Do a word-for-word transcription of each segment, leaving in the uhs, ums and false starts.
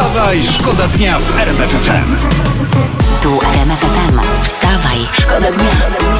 Wstawaj, szkoda dnia w R M F F M. Tu R M F F M. Wstawaj, szkoda dnia.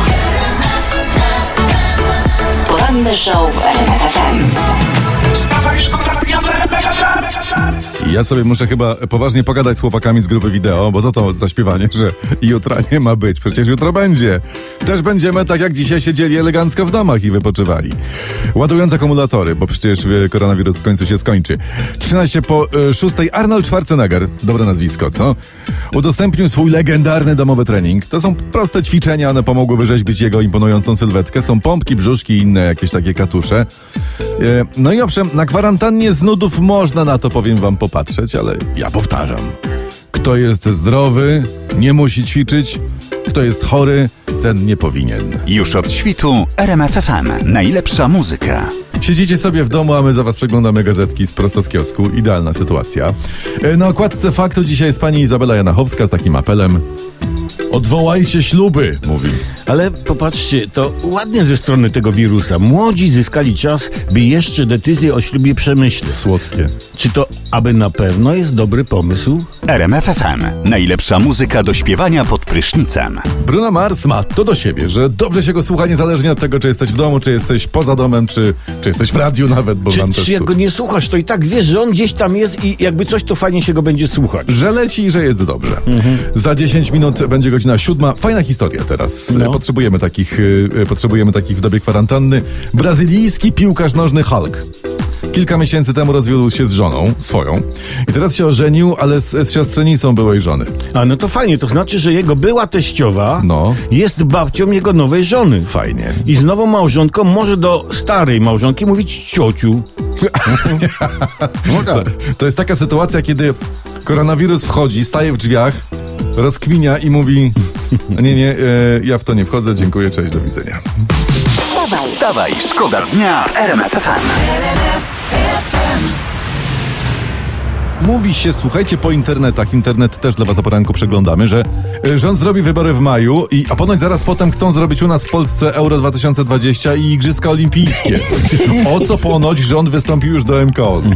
Poranny show w R M F F M. Wstawaj, szkoda dnia w R M F F M. Ja sobie muszę chyba poważnie pogadać z chłopakami z grupy wideo, bo za to zaśpiewanie, że jutra nie ma być. Przecież jutro będzie. Też będziemy tak jak dzisiaj siedzieli elegancko w domach i wypoczywali. Ładując akumulatory, bo przecież koronawirus w końcu się skończy. trzynaście po szóstej Arnold Schwarzenegger, dobre nazwisko, co? Udostępnił swój legendarny domowy trening. To są proste ćwiczenia, one pomogły wyrzeźbić jego imponującą sylwetkę. Są pompki, brzuszki i inne jakieś takie katusze. No i owszem, na kwarantannie z nudów można na to, powiem wam, popatrzeć, ale ja powtarzam. Kto jest zdrowy, nie musi ćwiczyć. Kto jest chory, ten nie powinien. Już od świtu R M F F M. Najlepsza muzyka. Siedzicie sobie w domu, a my za was przeglądamy gazetki z prosto z kiosku. Idealna sytuacja. Na okładce Faktu dzisiaj jest pani Izabela Janachowska z takim apelem. Odwołajcie śluby, mówi. Ale popatrzcie, to ładnie ze strony tego wirusa. Młodzi zyskali czas, by jeszcze decyzję o ślubie przemyśleć. Słodkie. Czy to aby na pewno jest dobry pomysł? R M F F M. Najlepsza muzyka do śpiewania pod prysznicem. Bruno Mars ma to do siebie, że dobrze się go słucha niezależnie od tego, czy jesteś w domu, czy jesteś poza domem, czy, czy jesteś w radiu nawet, bo Czy, nam czy też jak tu... go nie słuchasz, to i tak wiesz, że on gdzieś tam jest i jakby coś, to fajnie się go będzie słuchać. Że leci i że jest dobrze. Mhm. Za dziesięć minut będzie godzina siódma. Fajna historia teraz. No. Potrzebujemy takich, y, potrzebujemy takich w dobie kwarantanny. Brazylijski piłkarz nożny Hulk. Kilka miesięcy temu rozwiódł się z żoną swoją i teraz się ożenił, ale z, z siostrzenicą byłej żony. A no to fajnie, to znaczy, że jego była teściowa No. jest babcią jego nowej żony. Fajnie. I z nową małżonką może do starej małżonki mówić ciociu. No To, tak. to jest taka sytuacja, kiedy koronawirus wchodzi, staje w drzwiach, rozkminia i mówi nie, nie, e, ja w to nie wchodzę, dziękuję, cześć, do widzenia. Wstawaj, Wstawaj, szkoda dnia w R M F F M. Mówi się, słuchajcie, po internetach, internet też dla was o poranku przeglądamy, że e, rząd zrobi wybory w maju, i, a ponoć zaraz potem chcą zrobić u nas w Polsce Euro dwa tysiące dwadzieścia i Igrzyska Olimpijskie. O co ponoć rząd wystąpił już do M K O.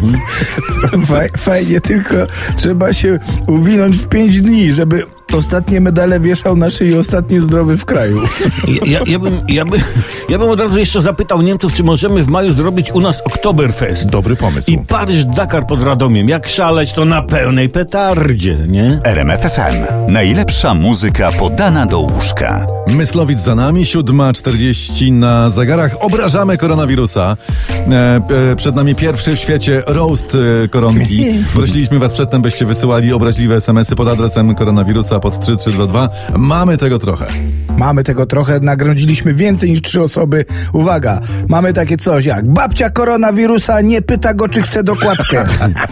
Faj, fajnie, tylko trzeba się uwinąć w pięć dni, żeby ostatnie medale wieszał na szyi ostatni zdrowy w kraju. Ja, ja, ja, bym, ja, bym, ja bym od razu jeszcze zapytał Niemców, czy możemy w maju zrobić u nas Oktoberfest. Dobry pomysł. I Paryż-Dakar pod Radomiem. Jak szaleć, to na pełnej petardzie, nie? R M F F M. Najlepsza muzyka podana do łóżka. Myslowic za nami, siódma czterdzieści na zegarach. Obrażamy koronawirusa. E, e, przed nami pierwszy w świecie roast e, koronki. Prosiliśmy was przedtem, byście wysyłali obraźliwe es em esy pod adresem koronawirusa pod trzy trzy dwa dwa. Mamy tego trochę. Mamy tego trochę, nagrodziliśmy więcej niż trzy osoby. Uwaga, mamy takie coś jak babcia koronawirusa nie pyta go, czy chce dokładkę.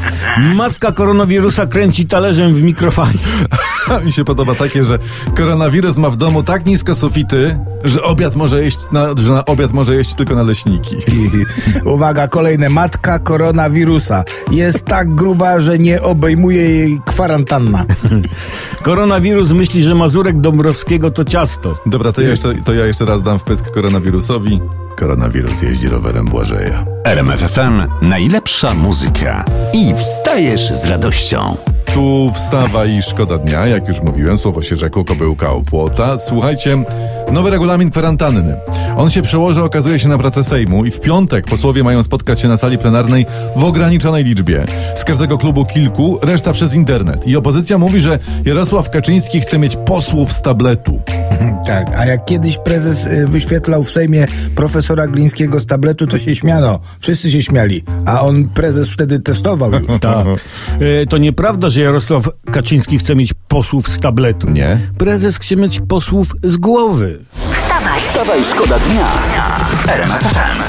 Matka koronawirusa kręci talerzem w mikrofali. Mi się podoba takie, że koronawirus ma w domu tak nisko sufity, że obiad może jeść na, że na obiad może jeść tylko naleśniki. Uwaga, kolejne. Matka koronawirusa jest tak gruba, że nie obejmuje jej kwarantanna. Koronawirus myśli, że Mazurek Dąbrowskiego to ciasto. Dobra, to ja jeszcze, to ja jeszcze raz dam wpysk koronawirusowi. Koronawirus jeździ rowerem Błażeja. R M F F M. Najlepsza muzyka. I wstajesz z radością. Tu wstawa i szkoda dnia, jak już mówiłem, słowo się rzekło, kobyłka o płota. Słuchajcie, nowy regulamin kwarantanny. On się przełoży, okazuje się, na pracę Sejmu i w piątek posłowie mają spotkać się na sali plenarnej w ograniczonej liczbie. Z każdego klubu kilku, reszta przez internet. I opozycja mówi, że Jarosław Kaczyński chce mieć posłów z tabletu. Tak, a jak kiedyś prezes y, wyświetlał w Sejmie profesora Glińskiego z tabletu, to się śmiano. Wszyscy się śmiali, a on prezes wtedy testował już. Tak. E, to nieprawda, że Jarosław Kaczyński chce mieć posłów z tabletu. Nie. Prezes chce mieć posłów z głowy. wstawaj, Wstawaj, szkoda dnia w R M F F M.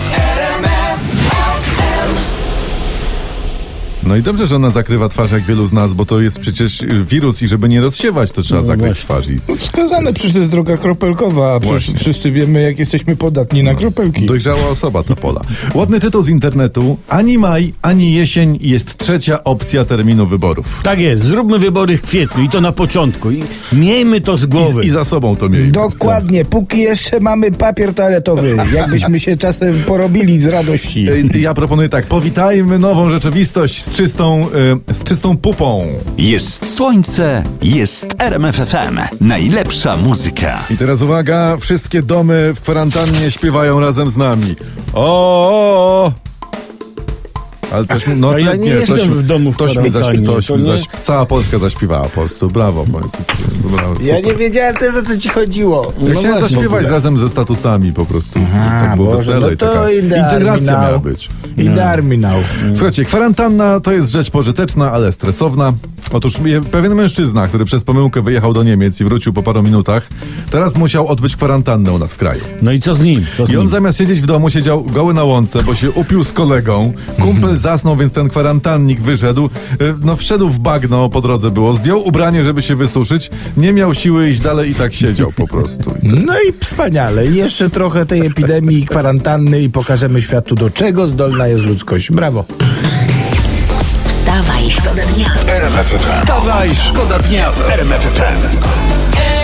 No i dobrze, że ona zakrywa twarz jak wielu z nas, bo to jest przecież wirus i żeby nie rozsiewać, to trzeba No zakryć właśnie. twarz. I No wskazane, przecież to jest droga kropelkowa, a przecież Właśnie. wszyscy wiemy, jak jesteśmy podatni na kropelki. dojrzała osoba to Pola. Ładny tytuł z internetu. Ani maj, ani jesień jest trzecia opcja terminu wyborów. Tak jest, zróbmy wybory w kwietniu i to na początku. I miejmy to z głowy. I, I za sobą to miejmy. Dokładnie, póki jeszcze mamy papier toaletowy, jakbyśmy się czasem porobili z radości. Ej, Ja proponuję tak, powitajmy nową rzeczywistość z czystą, y, z czystą pupą. Jest słońce, jest R M F F M. Najlepsza muzyka. I teraz uwaga, wszystkie domy w kwarantannie śpiewają razem z nami. O, o, o. Ale też, no A ja ty- nie jestem toś, w domu w toś mi zaśpiewa, kwarantannie, toś to mi nie- zaśp... Cała Polska zaśpiewała po prostu. Brawo. Po prostu. Brawo, Ja super. nie wiedziałem też, o co ci chodziło. Ja No chciałem właśnie, zaśpiewać w ogóle. razem ze statusami po prostu. Aha, to było Boże, wesele no i to taka idealnie integracja miał. miała być. I darminał. Słuchajcie, kwarantanna to jest rzecz pożyteczna, ale stresowna. Otóż je- pewien mężczyzna, który przez pomyłkę wyjechał do Niemiec i wrócił po paru minutach, teraz musiał odbyć kwarantannę u nas w kraju. No i co z nim? Co z I on nim? zamiast siedzieć w domu, siedział goły na łące, bo się upił z kolegą. Kumpel zasnął, więc ten kwarantannik wyszedł. Y, No wszedł w bagno, po drodze było. Zdjął ubranie, żeby się wysuszyć. Nie miał siły iść dalej i tak siedział po prostu. I No i wspaniale. I jeszcze trochę tej epidemii i kwarantanny i pokażemy światu, do czego zdolna jest ludzkość. Brawo. Wstawaj, szkoda dnia. Wstawaj, szkoda dnia w R M F F M.